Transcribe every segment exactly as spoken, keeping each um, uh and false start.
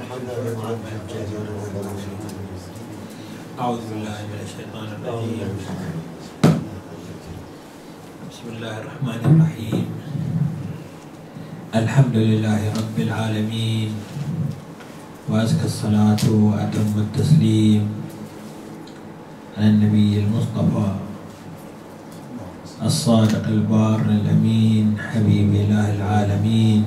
أعوذ بالله من الشيطان الرجيم. بسم الله الرحمن الرحيم. الحمد لله رب العالمين، وأزكى الصلاة وأتم التسليم على النبي المصطفى الصادق البار الأمين حبيب إله العالمين،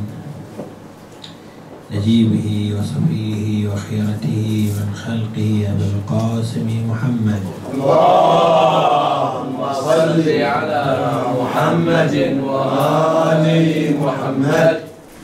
نجيبه وصفيه وخيرته من خلقه أبي القاسم محمد. اللهم صل على محمد وآل محمد.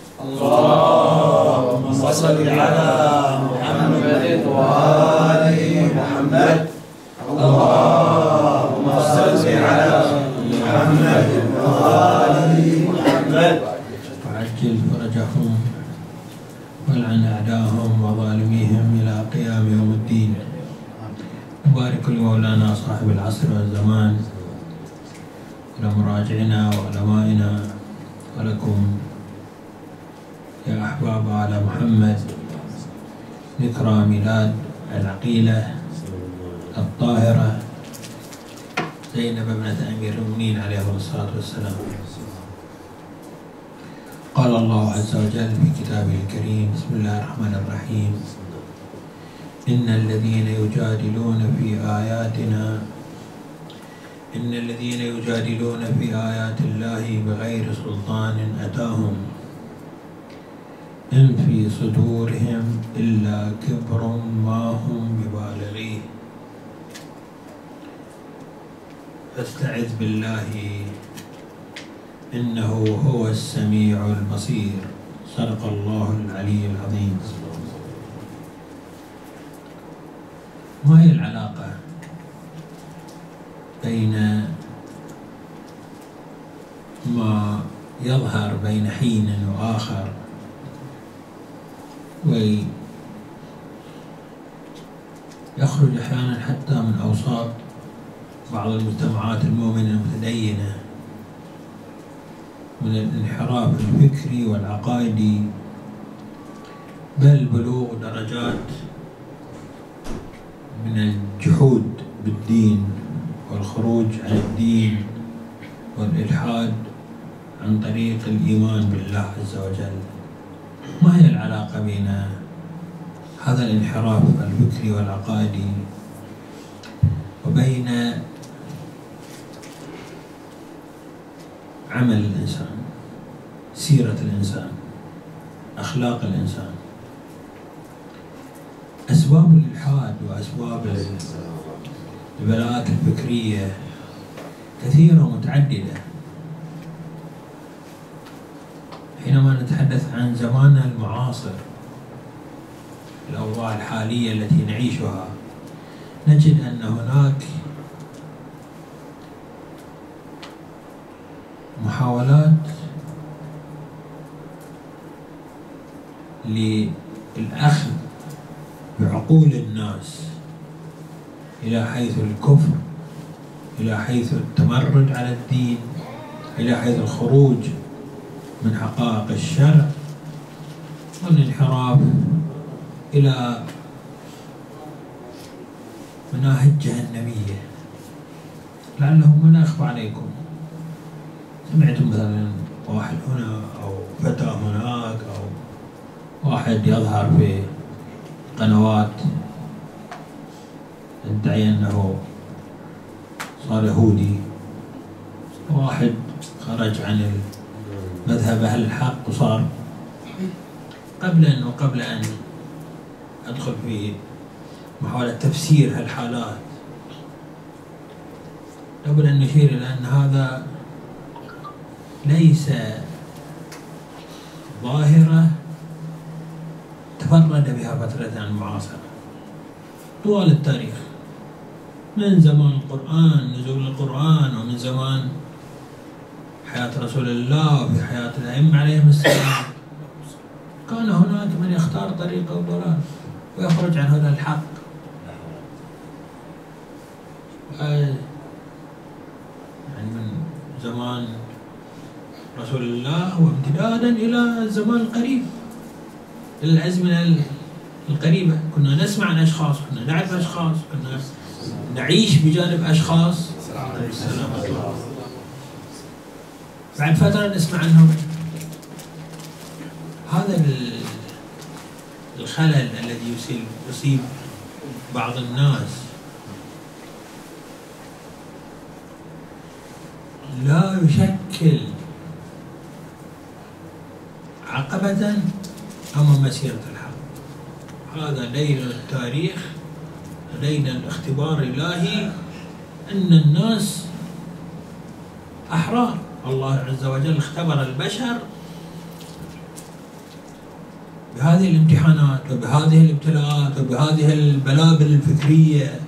اللهم صل على محمد وآل محمد. اللهم صل على محمد وآل محمد. وعجل فرجهم والعن أعداءهم وظالميهم إلى قيام يوم الدين. مبارك لمولانا صاحب العصر والزمان، ولمراجعنا وعلمائنا، ولكم يا أحباب على محمد، ذكرى ميلاد العقيلة الطاهرة زينب ابنة أمير المؤمنين عليه الصلاة والسلام. قال الله عز وجل في كتابه الكريم: بسم الله الرحمن الرحيم. إن الذين يجادلون في آياتنا إن الذين يجادلون في آيات الله بغير سلطان أتاهم إن في صدورهم إلا كبر ما هم ببالغيه فاستعذ بالله إنه هو السميع البصير. صدق الله العلي العظيم. ما هي العلاقة بين ما يظهر بين حين وآخر ويخرج أحيانا حتى من أوساط بعض المجتمعات المؤمنة المتدينة من الانحراف الفكري والعقائدي، بل بلوغ درجات من الجحود بالدين والخروج عن الدين والإلحاد عن طريق الإيمان بالله عز وجل؟ ما هي العلاقة بين هذا الانحراف الفكري والعقائدي وبين عمل الإنسان، سيرة الإنسان، أخلاق الإنسان؟ أسباب الإلحاد وأسباب البلاءات الفكرية كثيرة ومتعددة. حينما نتحدث عن زماننا المعاصر، الأوضاع الحالية التي نعيشها، نجد أن هناك محاولات للأخذ بعقول الناس إلى حيث الكفر، إلى حيث التمرد على الدين، إلى حيث الخروج من حقائق الشرع والانحراف إلى مناهج جهنمية. لعله ما أخفى عليكم، سمعتم مثلا واحد هنا أو فتى هناك أو واحد يظهر في قنوات يدعي أنه صار يهودي، واحد خرج عن مذهب أهل الحق وصار. قبل أن وقبل أن أدخل في محاولة تفسير هالحالات، لابد أن نشير إلى أن هذا ليس ظاهرة تفرد بها فترة المعاصرة. طوال التاريخ، من زمان القرآن، نزول القرآن، ومن زمان حياة رسول الله وفي حياة الأئمة عليهم السلام، كان هناك من يختار طريق أو ضلال ويخرج عن هذا الحق. يعني من زمان رسول الله وامتدادا إلى الزمان القريب، إلى الأزمنة القريبة، كنا نسمع عن أشخاص، كنا نعرف أشخاص، كنا نعيش بجانب أشخاص. السلام عليكم. بعد فترة نسمع عنهم. هذا الخلل الذي يصيب يصيب بعض الناس لا يشكل عقبة أمام مسيرة الحق. هذا لدينا التاريخ، لدينا الاختبار الإلهي أن الناس أحرار. الله عز وجل اختبر البشر بهذه الامتحانات وبهذه الابتلاءات وبهذه البلابل الفكرية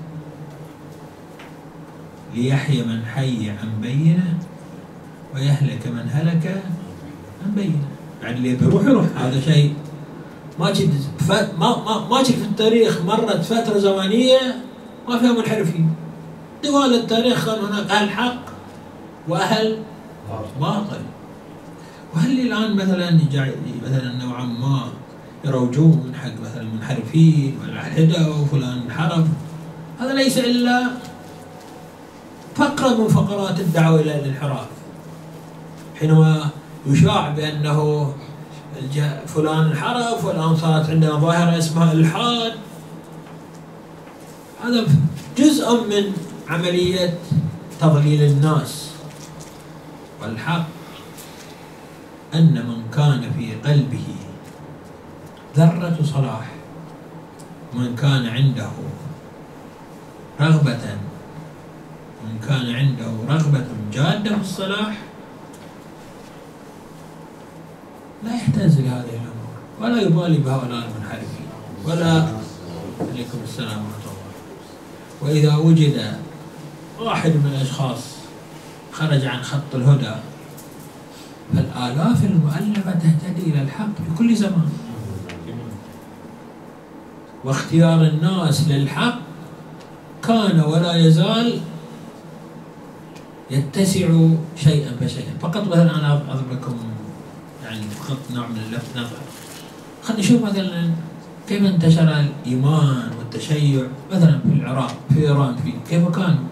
ليحيى من حي عن بينه ويهلك من هلك عن بينه. يعني اللي بيروح يروح، هذا شيء ما جد ما ما ما جد في التاريخ مرت فترة زمنية ما فيها منحرفين. طوال التاريخ كان هناك أهل حق وأهل باطل. وهل الآن مثلا مثلا نوعا ما يروجون حق مثلا المنحرفين والألحدة وفلان انحرف؟ هذا ليس إلا فقرة من فقرات الدعوة إلى الانحراف. حينما يشاع بأنه فلان انحرف والآن صارت عندنا ظاهرة اسمها الإلحاد، هذا جزء من عملية تضليل الناس. والحق أن من كان في قلبه ذرة صلاح، من كان عنده رغبة من كان عنده رغبة جادة في الصلاح لا يحتاج لهذه الأمور ولا يبالي بهؤلاء المنحرفين ولا. عليكم السلام ورحمة الله. وإذا وجد واحد من الأشخاص خرج عن خط الهدى فالآلاف المؤلفة تهتدي إلى الحق في كل زمان. واختيار الناس للحق كان ولا يزال يتسع شيئا فشيئا. فقط مثلا أنا أضرب لكم يعني فقط نوع من اللفت نظر. خلينا نشوف مثلا كيف انتشر الإيمان والتشيع مثلا في العراق، في إيران، في كيف كانوا؟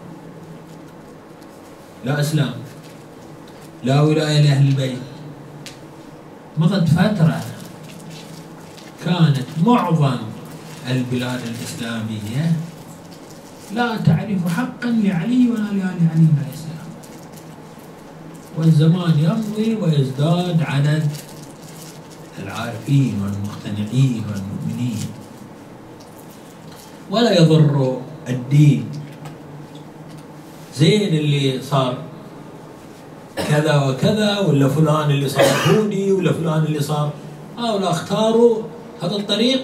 لا إسلام، لا ولاية لأهل البيت. مضت فترة كانت معظم البلاد الإسلامية لا تعرف حقا لعلي ولا لآل علي عليه السلام. والزمان يمضي ويزداد عدد العارفين والمقتنعين والمؤمنين، ولا يضر الدين. زين اللي صار كذا وكذا، ولا فلان اللي صار يهودي، ولا فلان اللي صار، هؤلاء اختاروا هذا الطريق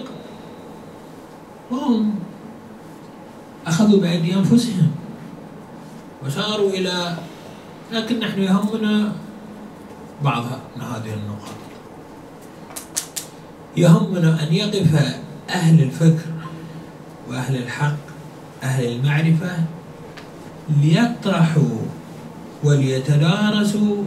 وهم أخذوا بأيدي أنفسهم وساروا إلى. لكن نحن يهمنا بعض من هذه النقاط. يهمنا أن يقف أهل الفكر وأهل الحق، أهل المعرفة، ليطرحوا وليتدارسوا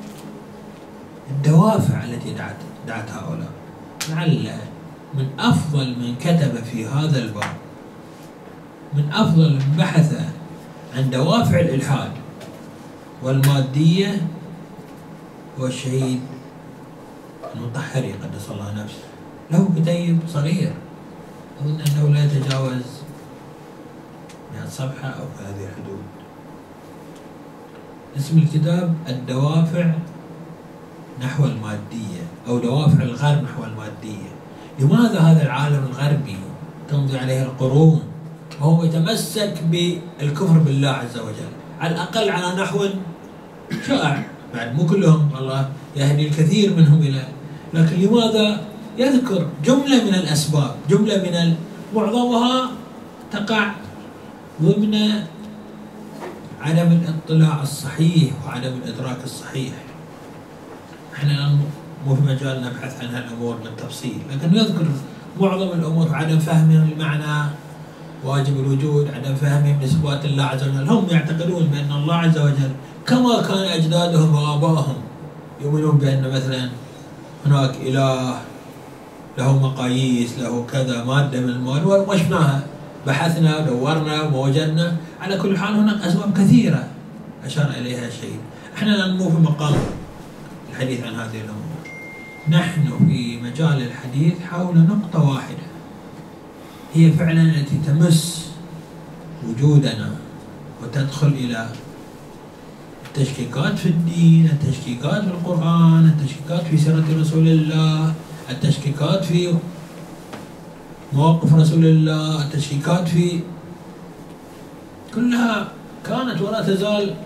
الدوافع التي دعت دعت هؤلاء. لعل من أفضل من كتب في هذا الباب، من أفضل من بحث عن دوافع الإلحاد والمادية هو الشهيد المطهري قدس الله نفسه. له كتيب صغير أظن أنه لا يتجاوز مئة صفحة أو في هذه الحدود. اسم الكتاب الدوافع نحو المادية أو دوافع الغرب نحو المادية. لماذا هذا العالم الغربي تمضي عليه القرون وهو يتمسك بالكفر بالله عز وجل، على الأقل على نحو شائع، بعد مو كلهم والله يهدي الكثير منهم إلى، لكن لماذا يذكر جملة من الأسباب، جملة من معظمها تقع ضمن عدم الاطلاع الصحيح وعدم الإدراك الصحيح. احنا الآن مو في مجال نبحث عن هالأمور بالتفصيل، لكن يذكر معظم الأمور عدم فهمهم المعنى واجب الوجود، عدم فهمهم لصفات الله عز وجل. هم يعتقدون بأن الله عز وجل كما كان أجدادهم وآبائهم يؤمنون بأن مثلا هناك إله له مقاييس، له كذا مادة من المواد وشفناها، بحثنا ودورنا وما وجدنا. على كل حال هناك أسباب كثيرة أشار إليها الشيخ. احنا الآن مو في مقام الحديث عن هذه الأمور، نحن في مجال الحديث حول نقطة واحدة هي فعلا التي تمس وجودنا وتدخل إلى التشكيكات في الدين، التشكيكات في القرآن، التشكيكات في سيرة رسول الله، التشكيكات في مواقف رسول الله، التشكيكات في كلها كانت ولا تزال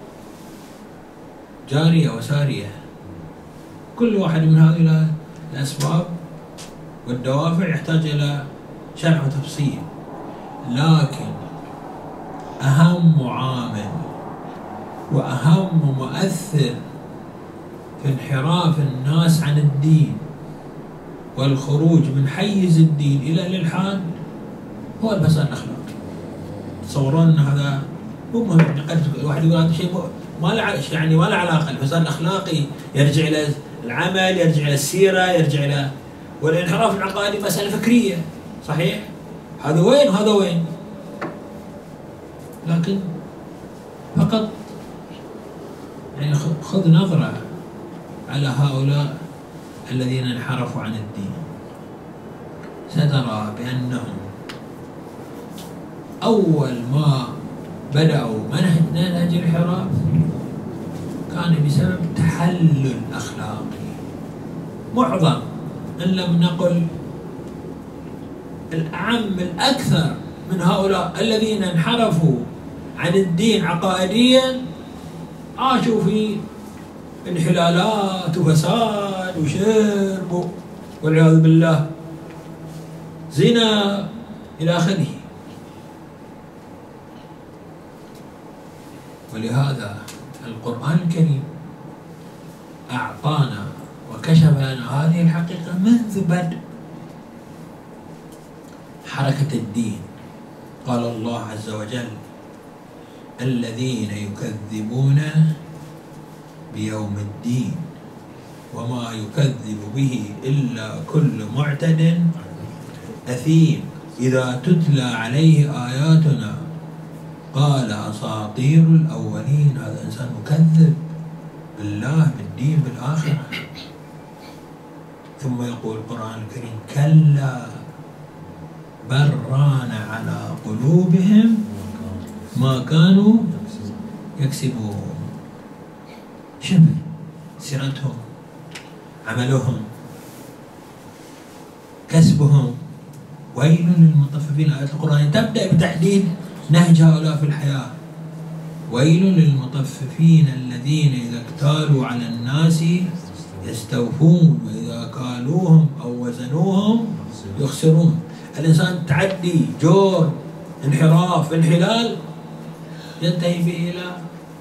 جارية وسارية. كل واحد من هذه الأسباب والدوافع يحتاج إلى شرح وتفصيل، لكن أهم عامل وأهم مؤثر في انحراف الناس عن الدين والخروج من حيز الدين إلى الإلحاد هو الفساد الأخلاقي. تصورون أن هذا مو مهم، يعني قد الواحد يقول هذا شيء ما له يعني ما له علاقة. الفساد الأخلاقي يرجع إلى العمل، يرجع إلى السيرة، يرجع إلى والانحراف العقائدي مسألة فكرية، صحيح؟ هذا وين وهذا وين؟ لكن فقط يعني خذ نظرة على هؤلاء الذين انحرفوا عن الدين، سترى بأنهم أول ما بدأوا منهج منهج الانحراف كان بسبب تحلل أخلاقي. معظم إن لم نقل الأعم الأكثر من هؤلاء الذين انحرفوا عن الدين عقائديا عاشوا في انحلالات وفساد وشرب والعياذ بالله، زنا إلى آخره. ولهذا القرآن الكريم أعطانا وكشف لنا هذه الحقيقة منذ بدء حركة الدين. قال الله عز وجل: الذين يكذبون بيوم الدين وما يكذب به إلا كل معتد أثيم إذا تتلى عليه آياتنا قال أساطير الأولين. هذا إنسان مكذب بالله، بالدين، بالآخرة. ثم يقول القرآن الكريم: كلا بل ران على قلوبهم ما كانوا يكسبون. شوف سيرتهم، عملهم، كسبهم. ويل للمطففين. آية القرآن تبدأ بتحديد نهج هؤلاء في الحياة. ويل للمطففين الذين إذا اكتالوا على الناس يستوفون وإذا كالوهم أو وزنوهم يخسرون. الإنسان تعدي، جور، انحراف، انحلال ينتهي به إلى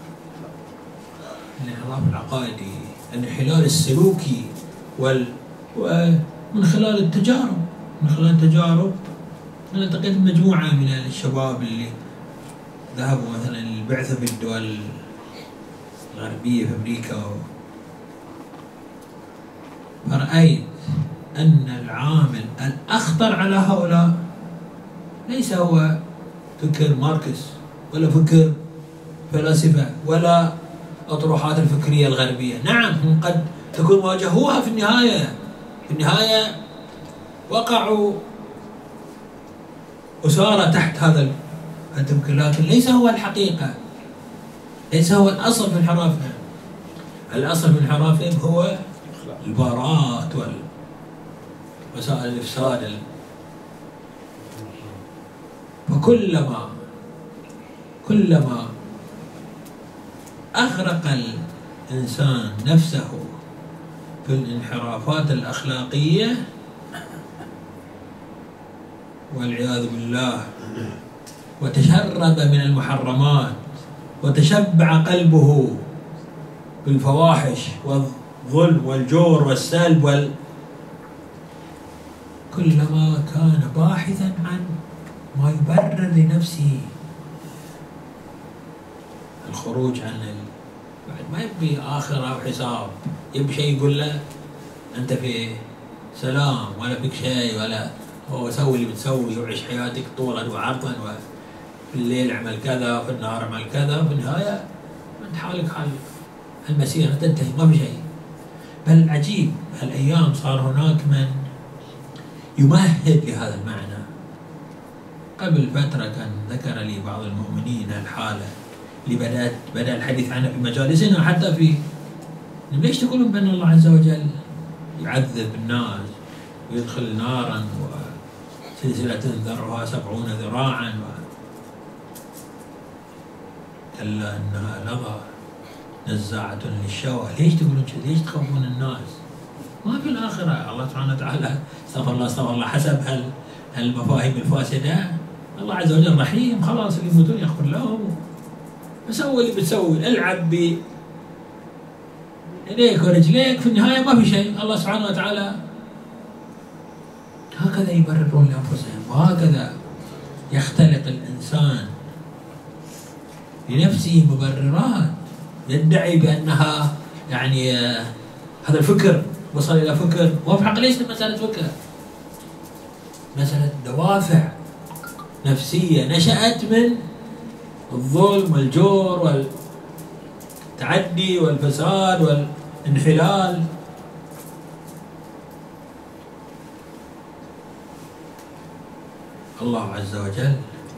الانحراف العقائدي، الانحلال السلوكي، وال... ومن خلال التجارب من خلال التجارب أنا التقيت بمجموعة من الشباب اللي ذهبوا مثلا للبعثة في الدول الغربية في أمريكا، فرأيت أن العامل الأخطر على هؤلاء ليس هو فكر ماركس ولا فكر فلاسفة ولا أطروحات الفكرية الغربية. نعم هم قد تكون واجهوها في النهاية، في النهاية وقعوا أسارة تحت هذا التفكير، لكن ليس هو الحقيقة، ليس هو الأصل في انحرافهم. الأصل في انحرافهم هو البارات ووسائل الإفساد. فكلما كلما أغرق الإنسان نفسه في الانحرافات الأخلاقية والعياذ بالله وتشرب من المحرمات وتشبع قلبه بالفواحش والظلم والجور والسلب وال... كلما كان باحثا عن ما يبرر لنفسه الخروج عن ال... بعد ما يبي آخرة أو حساب، يبي شيء يقول له أنت في سلام، ولا فيك شيء، ولا هو سوي اللي بتسوي وعيش حياتك طولا وعرضا، وفي الليل اعمل كذا وفي النهار اعمل كذا، وفي النهايه انت حالك حال المسيره تنتهي ما في شيء. بل عجيب هالايام صار هناك من يمهد لهذا المعنى. قبل فتره كان ذكر لي بعض المؤمنين الحاله اللي بدات بدا الحديث عنها في مجالسنا، حتى في ليش تقولون بان الله عز وجل يعذب الناس ويدخل نارا وسلسلة ذرعها سبعون ذراعا و... كلا انها لظى نزاعة للشوى. ليش تقولون كذا؟ ليش تخوفون الناس؟ ما في الآخرة. الله سبحانه وتعالى استغفر الله استغفر الله حسب هال هالمفاهيم الفاسدة. الله عز وجل رحيم، خلاص اللي يموتون يغفر لهم. فسوي اللي بتسوي، العب ب يديك ورجليك، في النهاية ما في شيء. الله سبحانه وتعالى هكذا يبررون لأنفسهم، وهكذا يختلق الإنسان لنفسه مبررات يدعي بأنها يعني آه هذا الفكر وصل إلى فكر، وفي حق ليس مسألة فكر، مسألة دوافع نفسية نشأت من الظلم والجور والتعدي والفساد والانحلال. الله عز وجل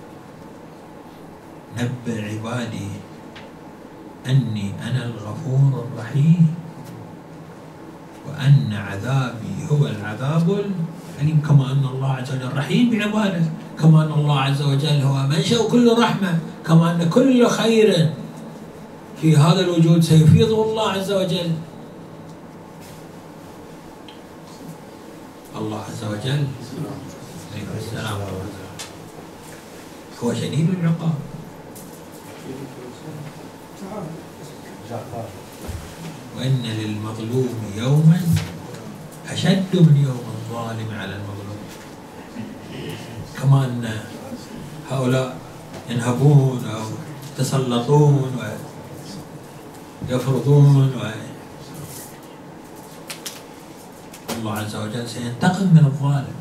نبئ عبادي أني أنا الغفور الرحيم وأن عذابي هو العذاب الأليم. كما أن الله عز وجل رحيم بعباده، كما أن الله عز وجل هو منشأ كل رحمة، كما أن كل خير في هذا الوجود سيفيضه الله عز وجل. الله عز وجل عليكم السلام هو شديد العقاب. وإن للمظلوم يوما أشد من يوم الظالم على المظلوم. كما أن هؤلاء ينهبون أو يتسلطون ويفرضون و... الله عز وجل سينتقم من الظالم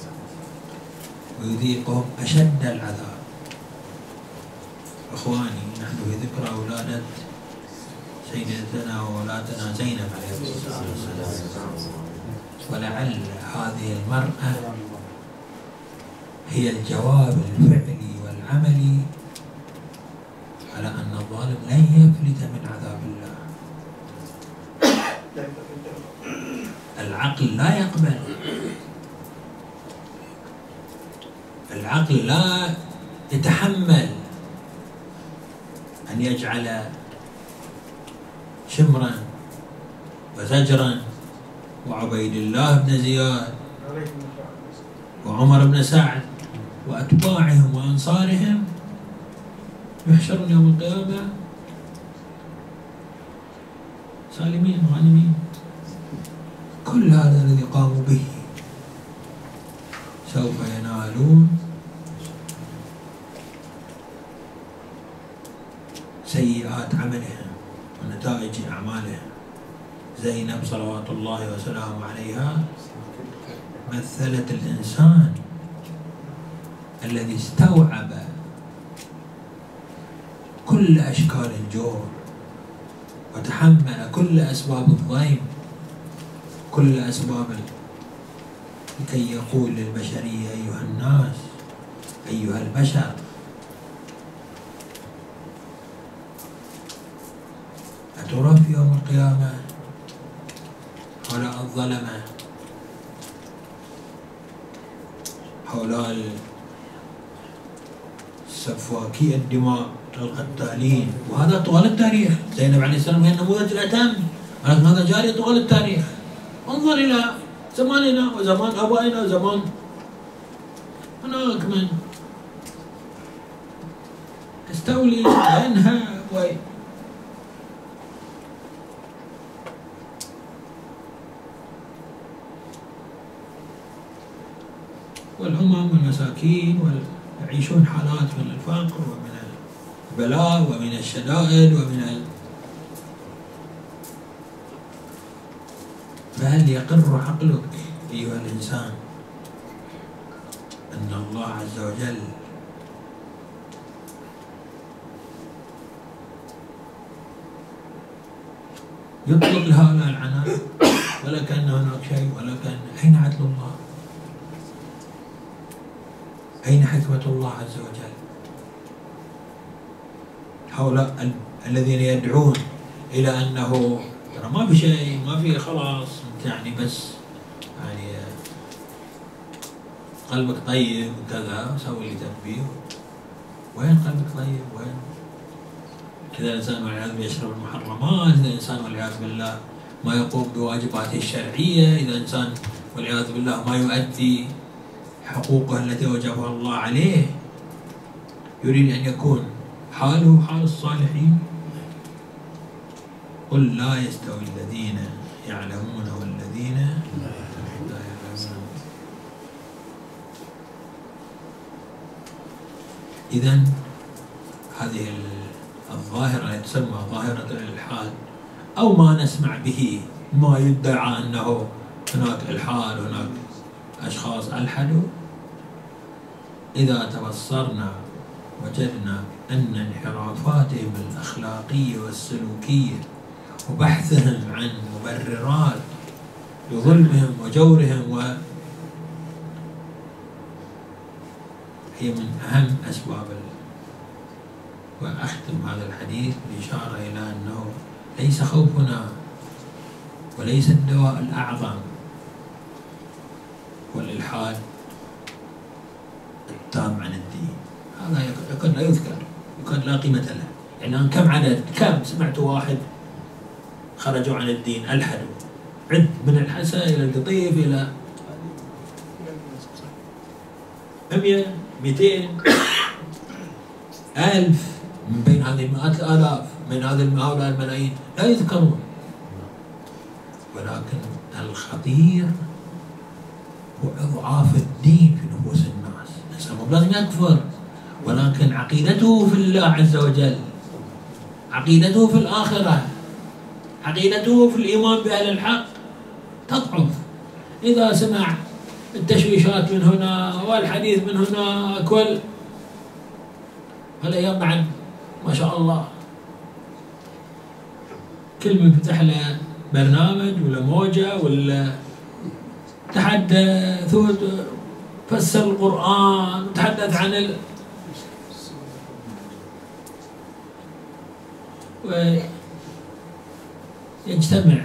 ويذيقهم أشد العذاب. إخواني، نحن في ذكرى ولادة سيدتنا وولاتنا زينب عليه الصلاة والسلام، ولعل هذه المرأة هي الجواب الفعلي والعملي على أن الظالم لن يفلت من عذاب الله. العقل لا يقبل، العقل لا يتحمل أن يجعل شمرا وزجرا وعبيد الله بن زياد وعمر بن سعد وأتباعهم وأنصارهم يحشرون يوم القيامة سالمين غانمين. كل هذا الذي قاموا به سوف ينالون سيئات عملهم ونتائج أعمالهم. زينب صلوات الله وسلامه عليها مثلت الإنسان الذي استوعب كل أشكال الجور وتحمل كل أسباب الضيم، كل أسباب لكي يقول للبشرية أيها الناس أيها البشر أترى في يوم القيامة هؤلاء الظلمة، هؤلاء سفاكي الدماء القتالين، وهذا طوال التاريخ. زينب عليه السلام هي النموذج الأتم، ولكن هذا جاري طوال التاريخ. انظر إلى زماننا وزمان آبائنا وزمان هناك من تستولي وينهى وي والأمم والمساكين ويعيشون حالات من الفقر ومن البلاء ومن الشدائد ومن ال... فهل يقر عقلك أيها الإنسان أن الله عز وجل يطلق لهؤلاء العنان ولا كأن هناك شيء، ولا كأن. أين عدل الله؟ أين حكمة الله عز وجل؟ هؤلاء ال الذين يدعون إلى أنه ترى ما في شيء، ما في، خلاص يعني بس يعني قلبك طيب وكذا، سوي لي تنبيه. وين قلبك طيب؟ وين؟ إذا الإنسان والعياذ بالله يشرب المحرمات، إذا الإنسان والعياذ بالله ما يقوم بواجباته الشرعية، إذا الإنسان والعياذ بالله ما يؤدي حقوقه التي وجبها الله عليه، يريد أن يكون حاله حال الصالحين. قل لا يستوي الذين يعلمون والذين لا يعلمون. إذن هذه الظاهرة التي تسمى ظاهرة الإلحاد، أو ما نسمع به، ما يدعى أنه هناك إلحاد، هناك أشخاص ألحدوا، إذا تبصرنا وجدنا أن انحرافاتهم الأخلاقية والسلوكية وبحثهم عن مبررات لظلمهم وجورهم و هي من أهم أسباب. وأختم هذا الحديث بإشارة إلى أنه ليس خوفنا وليس الدواء الأعظم والإلحاد التام عن الدين. هذا يكاد لا يذكر، يكاد لا قيمة له. يعني كم عدد، كم سمعت واحد خرجوا عن الدين ألحدوا؟ عد من الحسا إلى القطيف إلى مئة مئتين ألف، من بين هذه المئات الآلاف، من هؤلاء الملايين لا يذكرون. ولكن الخطير هو إضعاف الدين في نفوس الناس. الإنسان مو لازم يكفر، ولكن عقيدته في الله عز وجل، عقيدته في الآخرة، عقيدته في الإيمان بأهل الحق تضعف. إذا سمع التشويشات من هنا والحديث من هناك وال هالأيام بعد ما شاء الله كل من فتح له برنامج ولا موجة ولا تحدث فسر القرآن وتحدث عن ال ويجتمع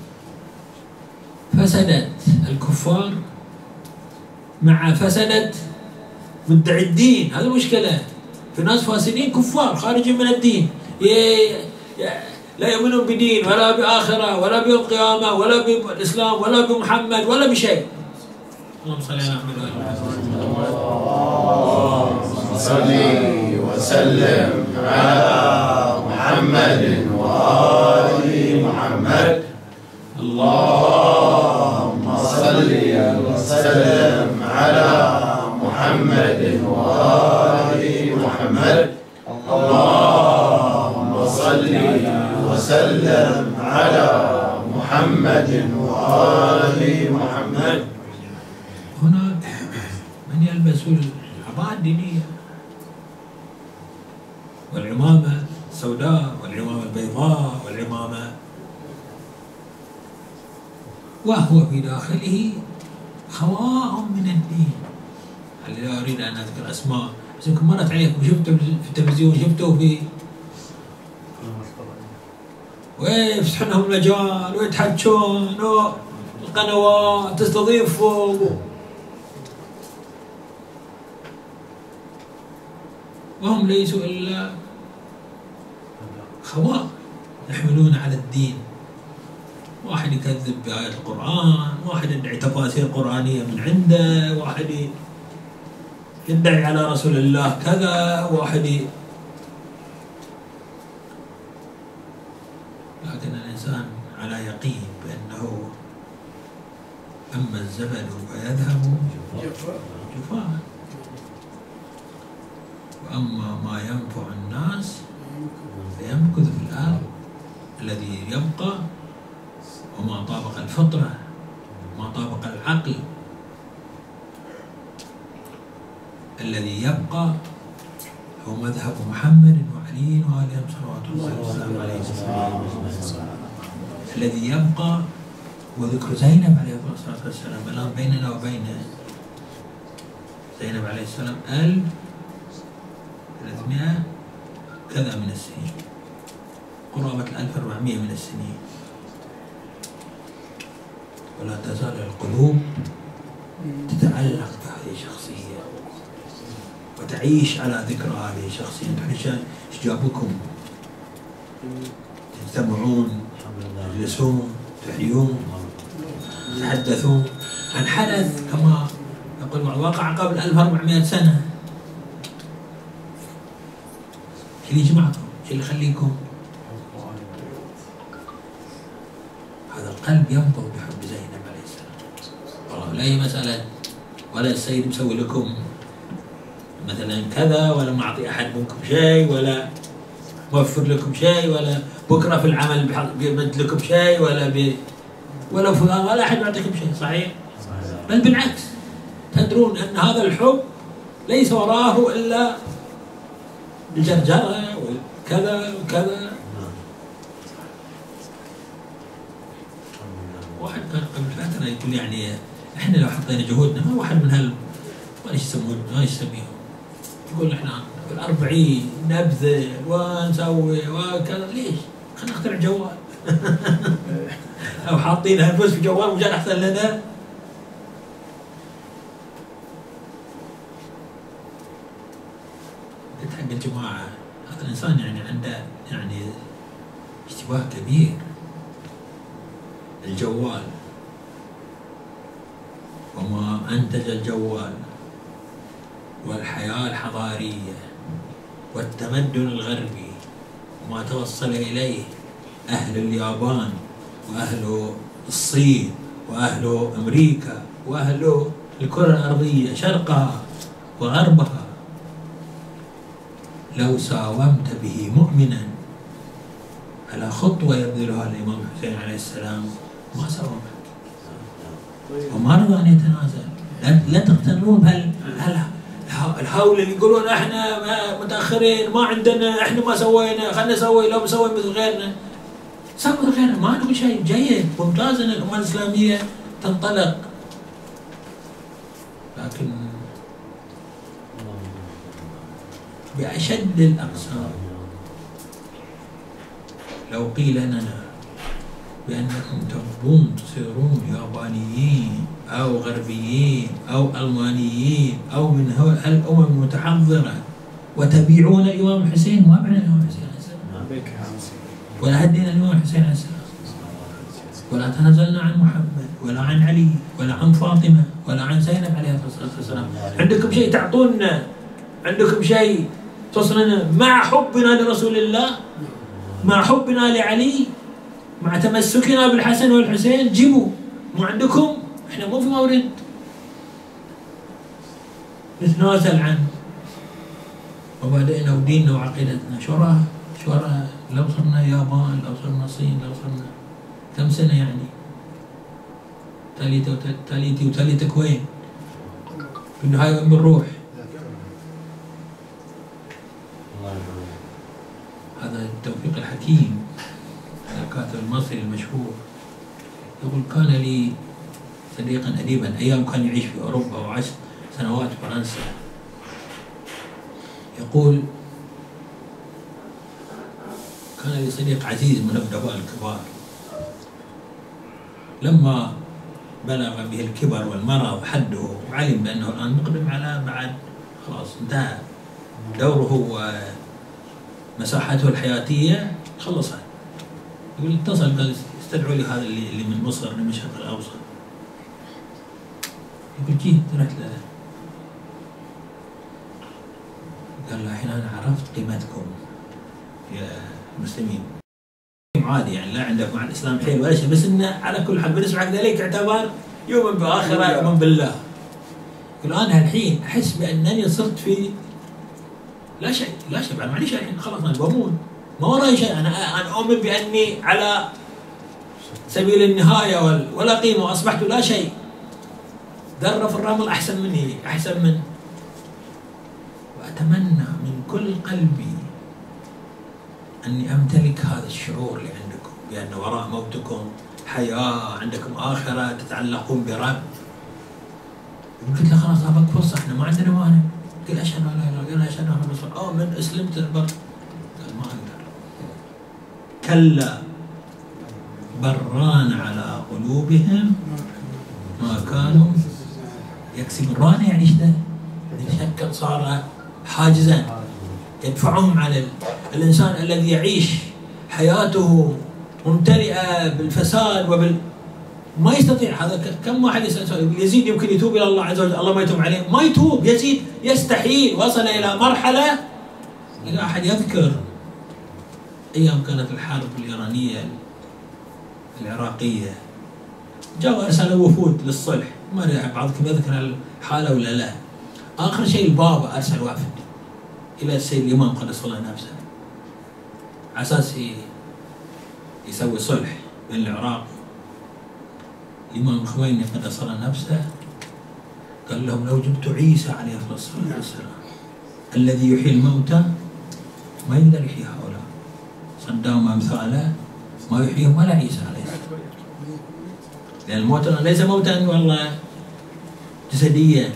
فسدت الكفار مع فسدت مدعي الدين. هذه المشكلة، في ناس فاسدين كفار خارجين من الدين، لا يؤمنون بدين ولا بآخرة ولا بيوم قيامة ولا بالإسلام ولا بمحمد ولا بشيء. اللهم صل على محمد. اللهم صل وسلم على محمد وآل محمد. اللهم صل وسلم على محمد وآل محمد. اللهم صل وسلم على محمد وآل محمد. هناك من يلبس العباءة الدينية والعمامة السوداء والعمامة البيضاء والعمامة، وهو في داخله خواء من الدين. لا أريد أن أذكر أسماء، بس يمكن مرت عليكم، شفتوا في التلفزيون، شفتوا في ويفتحون لهم المجال ويتحجون القنوات تستضيفهم، وهم ليسوا إلا خواء يحملون على الدين. واحد يكذب بآيات القرآن، واحد يدعي تفاسير قرآنية من عنده، واحد يدعي على رسول الله كذا، واحد ي... لكن الإنسان على يقين بأنه أما الزبد فيذهب جفاء، وأما ما ينفع الناس فيمكث في الأرض. الذي يبقى وما طابق الفطرة، ما طابق العقل، الذي يبقى هو مذهب محمد وعلي وآلهم صلوات الله وسلامه عليه. الذي يبقى هو ذكر زينب عليه الصلاة والسلام. الآن بيننا وبين زينب عليه السلام ألف وثلاثمائة كذا من السنين، قرابة ألف وأربعمائة من السنين. ولا تزال القلوب تتعلق بهذه الشخصية وتعيش على ذكر هذه الشخصية. نحن ايش جابكم؟ تجتمعون، تجلسون، تحيون، تتحدثون عن حدث كما يقول وقع قبل ألف وأربعمائة سنة. شو اللي يجمعكم؟ شو اللي يخليكم؟ هذا القلب ينبض بحب زينب عليه السلام. والله لا هي مسألة ولا السيد مسوي لكم مثلا كذا، ولا معطي أحد منكم شيء، ولا موفر لكم شيء، ولا بكرة في العمل بيمد لكم شيء، ولا بي ولا فلان ولا أحد يعطيكم شيء. صحيح؟ بل بالعكس، تدرون أن هذا الحب ليس وراءه إلا الجرجرة وكذا وكذا. واحد كان قبل فترة يقول يعني احنا لو حطينا جهودنا ما واحد من هال ما ايش يسمون ما ايش يسميهم، يقول احنا في الأربعين نبذل ونسوي وكذا. ليش؟ خلينا نخترع جوال أو حاطين هالفلوس في جوال وجاء أحسن لنا. قلت حق الجماعة هذا الإنسان يعني عنده يعني اشتباه كبير. الجوال وما أنتج الجوال والحياة الحضارية والتمدن الغربي وما توصل إليه أهل اليابان وأهل الصين وأهل أمريكا وأهل الكرة الأرضية شرقها وغربها، لو ساومت به مؤمنا على خطوة يبذلها الإمام الحسين عليه السلام ما ساومك وما رضى أن يتنازل. لا تقتنعون بهال الهول اللي يقولون احنا متاخرين ما عندنا، احنا ما سوينا، خلينا نسوي، لو نسوي مثل غيرنا. سوي مثل غيرنا، ما نقول شيء، جيد ممتاز ان الامه الاسلاميه تنطلق، لكن باشد الاقسام لو قيل لنا بانكم تبون تصيرون يابانيين أو غربيين أو ألمانيين أو من هالأمم المتحضرة وتبيعون الإمام الحسين، ما بعنا الإمام الحسين عليه السلام ولا هدينا الإمام الحسين عليه السلام ولا تنازلنا عن محمد ولا عن علي ولا عن فاطمة ولا عن زينب عليه الصلاة والسلام. عندكم شيء تعطونا؟ عندكم شيء تصلنا مع حبنا لرسول الله، مع حبنا لعلي، مع تمسكنا بالحسن والحسين؟ جيبوا. مو عندكم؟ احنا مو في مورد نتنازل عن مبادئنا وديننا وعقيدتنا. شو راه شو راه لو صرنا يابان، لو صرنا الصين، لو صرنا كم سنه يعني تاليتي وتاليتي وتاليتك وين؟ في النهايه وين بنروح؟ هذا التوفيق الحكيم الكاتب المصري المشهور يقول كان لي صديقا أديبا أيام كان يعيش في أوروبا وعاش سنوات في فرنسا، يقول كان لي صديق عزيز من الأدباء الكبار، لما بلغ به الكبر والمرض حده وعلم بأنه الآن مقدم على بعد خلاص انتهى دوره ومساحته الحياتية خلصت، يقول اتصل قال استدعوا لي هذا اللي, اللي من مصر من الشرق الأوسط. يقول جيت رحت له قال له الحين أنا عرفت قيمتكم يا مسلمين. عادي يعني لا عندك مع الإسلام حيل ولا شيء، بس إنه على كل حال بالنسبة حق ذلك اعتبر يؤمن بآخرة يؤمن بالله. يقول أنا الحين أحس بأنني صرت في لا شيء لا شيء بعد ما عندي شيء الحين خلاص أنا بموت ما وراي شيء، أنا أنا أؤمن بأني على سبيل النهاية ولا قيمة وأصبحت لا شيء. ذرة في الرمل أحسن مني أحسن من وأتمنى من كل قلبي أني أمتلك هذا الشعور اللي عندكم، بأن وراء موتكم حياة، عندكم آخرة، تتعلقون برب. قلت له خلاص أبغاك فرصة، إحنا ما عندنا مانع. قال أشهد أن لا إله إلا الله، أشهد أن محمد رسول الله. أو من أسلمت بر. قال ما أقدر. كلا بران على قلوبهم ما كانوا يكسبون. ران يعني ايش ده؟ يتشكل، صار حاجزا يدفعهم على الإنسان الذي يعيش حياته ممتلئة بالفساد وبال ما يستطيع. هذا كم واحد يسأل سؤال، يزيد يمكن يتوب إلى الله عز وجل، الله ما يتوب عليه، ما يتوب، يزيد، يستحيل. وصل إلى مرحلة، إذا أحد يذكر أيام كانت الحرب الإيرانية العراقية، جاءوا أرسلوا وفود للصلح، ما أدري بعضكم يذكر الحالة ولا لا. آخر شيء البابا أرسل وفد إلى السيد الإمام قدس الله نفسه على أساس يسوي صلح بين العراق. الإمام الخميني قدس الله نفسه قال لهم لو جبت عيسى عليه الصلاة والسلام الذي يحيي الموتى ما يقدر يحيي هؤلاء. صدام أمثاله ما يحييهم ولا عيسى عليه السلام، لأن الموت ليس موتا والله جسديا،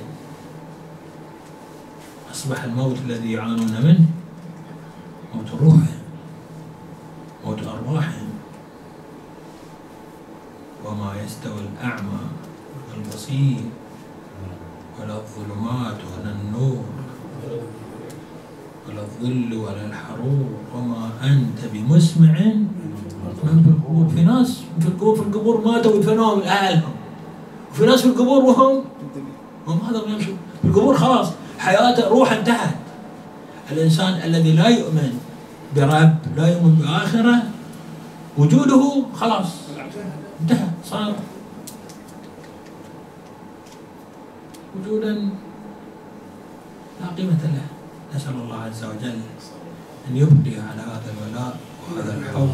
أصبح الموت الذي يعانون منه موت روحهم، موت أرواحهم. وما يستوي الأعمى والبصير ولا الظلمات ولا النور ولا الظل ولا الحرور وما أنت بمسمع من في القبور. في ناس في القبور في القبور ماتوا ويدفنوهم أهلهم، وفي ناس في القبور وهم هم هذا يمشوا في القبور خلاص حياته روحه انتهت. الإنسان الذي لا يؤمن برب، لا يؤمن بآخرة، وجوده خلاص انتهى، صار وجودا لا قيمة له. نسأل الله عز وجل أن يبقي على هذا الولاء وهذا الحب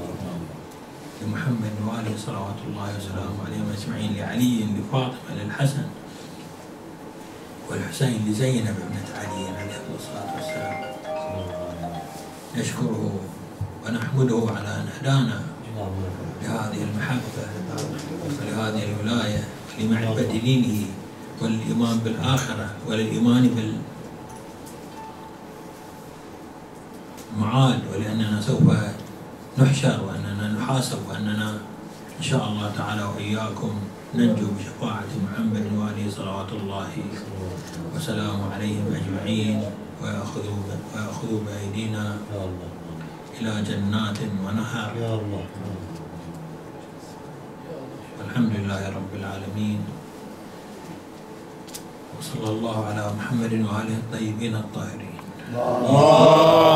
لمحمد وآله صلوات الله وسلامه عليهم أجمعين، لعلي، لفاطمة، للحسن والحسين، لزينب ابنة علي عليه الصلاة والسلام. نشكره ونحمده على أن هدانا لهذه المحبة ولهذه الولاية ولمعرفة دينه والإيمان بالآخرة وللإيمان بالمعاد، ولأننا سوف نحشر وأننا نحاسب، وأننا إن شاء الله تعالى وإياكم ننجو بشفاعة محمد وآله صلوات الله وسلامه عليهم أجمعين، ويأخذوا ويأخذوا بأيدينا إلى جنات ونهر. والحمد لله رب العالمين، وصلى الله على محمد وآله الطيبين الطاهرين.